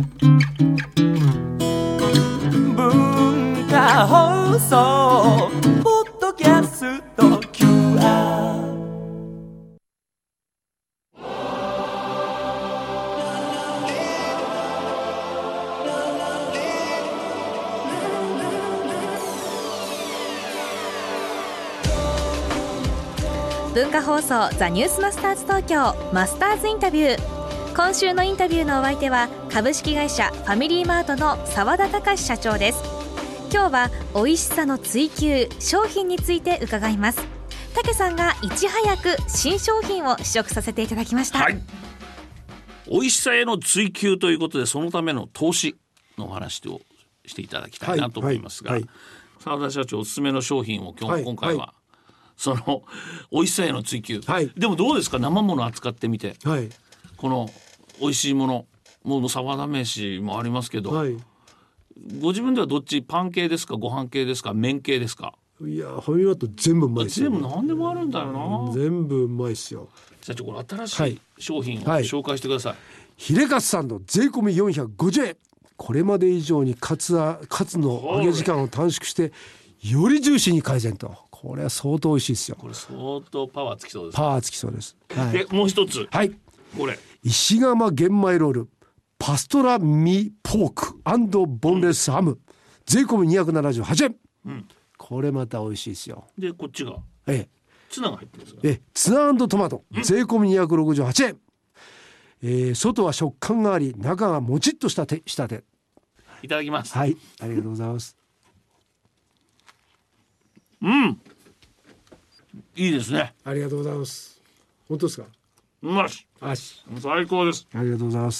文化放送ポッドキャスト QR。 文化放送ザニュースマスターズ東京マスターズインタビュー。今週のインタビューのお相手は株式会社ファミリーマートの澤田隆社長です。今日は美味しさの追求商品について伺います。武さんがいち早く新商品を試食させていただきました。 はい、美味しさへの追求ということで、そのための投資のお話をしていただきたいなと思いますが、澤田社長おすすめの商品を今回は、その美味しさへの追求、でもどうですか、生もの扱ってみて、この美味しいものもう澤田飯もありますけど、ご自分ではどっち、パン系ですか、ご飯系ですか、麺系ですか？ いやファミマと全部うまいですよ。 全部何でもあるんだよな。 全部うまいですよ。 社長、これ新しい商品を紹介してください。 ヒレカツサンド税込み450円。これまで以上にカツの揚げ時間を短縮してよりジューシーに改善と。これは相当美味しいですよ。 これ相当パワーつきそうです。 パワーつきそうです。 でもう一つ、これ石窯玄米ロールパストラミポーク&ボンレスハム、税込み278円、これまた美味しいですよ。 でこっちがツナが入ってるんですか？ ツナ&トマト、税込み268円、外は食感があり中がもちっとしたていただきます。 ありがとうございます。 いいですね。 ありがとうございます。本当ですか？ 最高です。 ありがとうございます。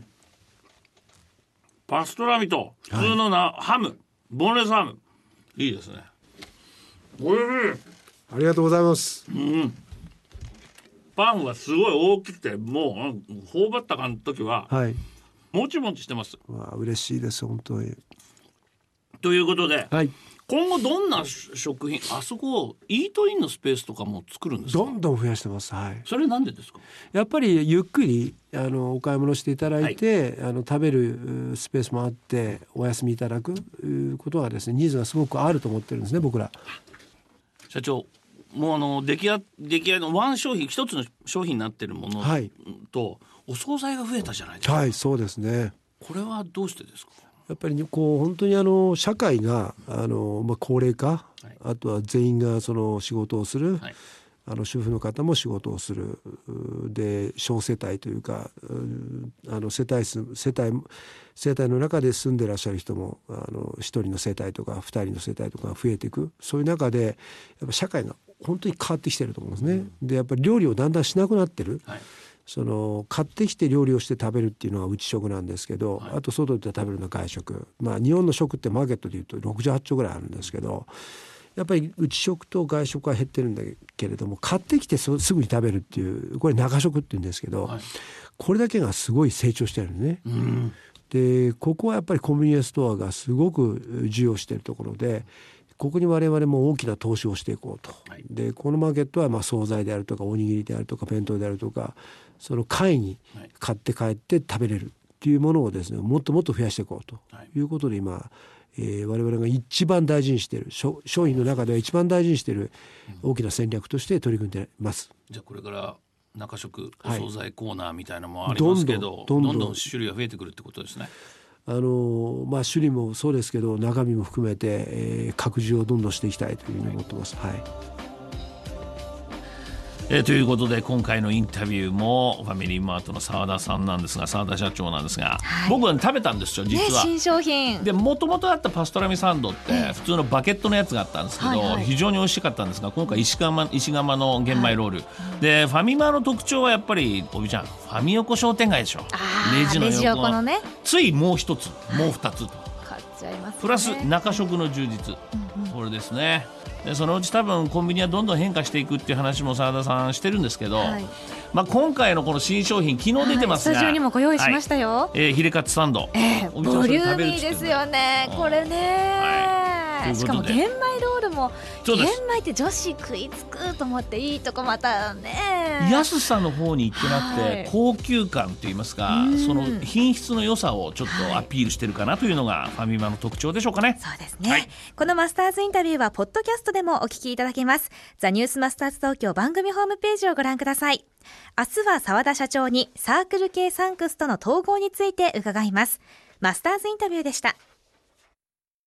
パストラミと普通のハム、ボンレスハム、いいですね。おいしい。 ありがとうございます。 パンはすごい大きくて、もう頬張った時は、もちもちしてます。 嬉しいです本当に。 ということで、今後どんな食品、あそこイートインのスペースとかも作るんですか？ どんどん増やしてます。 それなんでですか？ やっぱりゆっくりお買い物していただいて、食べるスペースもあってお休みいただくことはですね、ニーズがすごくあると思ってるんですね、僕ら。 社長、もう出来合いのワン商品、一つの商品になってるものと、お惣菜が増えたじゃないですか。 そうですね。 これはどうしてですか？ やっぱり本当に社会が高齢化、あとは全員がその仕事をする、主婦の方も仕事をするで、小世帯というか世帯の中で住んでらっしゃる人も1人の世帯とか2人の世帯とかが増えていく。そういう中でやっぱ社会が本当に変わってきてると思うんですね。でやっぱり料理をだんだんしなくなってる、その買ってきて料理をして食べるっていうのは内食なんですけど、あと外で食べるのは外食。日本の食ってマーケットでいうと68兆ぐらいあるんですけど、やっぱり内食と外食は減ってるんだけれども、買ってきてすぐに食べるっていう、これ中食っていうんですけど、これだけがすごい成長してるね。でここはやっぱりコンビニエンスストアがすごく需要しているところで、ここに我々も大きな投資をしていこうと。でこのマーケットは惣菜であるとかおにぎりであるとか弁当であるとか、その買いに買って帰って食べれるっていうものをですね、もっともっと増やしていこうということで、今我々が一番大事にしている商品の中では一番大事にしている大きな戦略として取り組んでいます。 じゃあこれから中食お惣菜コーナーみたいなのもありますけど、どんどん種類が増えてくるってことですね。 種類もそうですけど中身も含めて、拡充をどんどんしていきたいというふうに思ってます。 ということで今回のインタビューもファミリーマートの澤田さんなんですが、澤田社長なんですが、僕は、食べたんですよ実は。 新商品でもともとあったパストラミサンドって普通のバケットのやつがあったんですけど、非常に美味しかったんですが、今回石窯の玄米ロール、でファミマの特徴はやっぱりおびちゃん、ファミ横商店街でしょ。レジの横のね、ついもう一つもう二つと買っちゃいますね。 プラス中食の充実、これですね。でそのうち多分コンビニはどんどん変化していくっていう話も澤田さんしてるんですけど、今回のこの新商品昨日出てますが、 スタジオにもご用意しましたよ。 ヒレカツサンド、 ボリューミーですよね、これね。 ね。しかも玄米ロールも玄米って女子食いつくと思っていいとこまたね安さの方に行ってなくて、高級感といいますか、その品質の良さをちょっとアピールしてるかなというのがファミマの特徴でしょうかね。 そうですね、このマスターズインタビューはポッドキャストでもお聞きいただけます。ザニュースマスターズ東京番組ホームページをご覧ください。明日は澤田社長にサークル系サンクスとの統合について伺います。マスターズインタビューでした。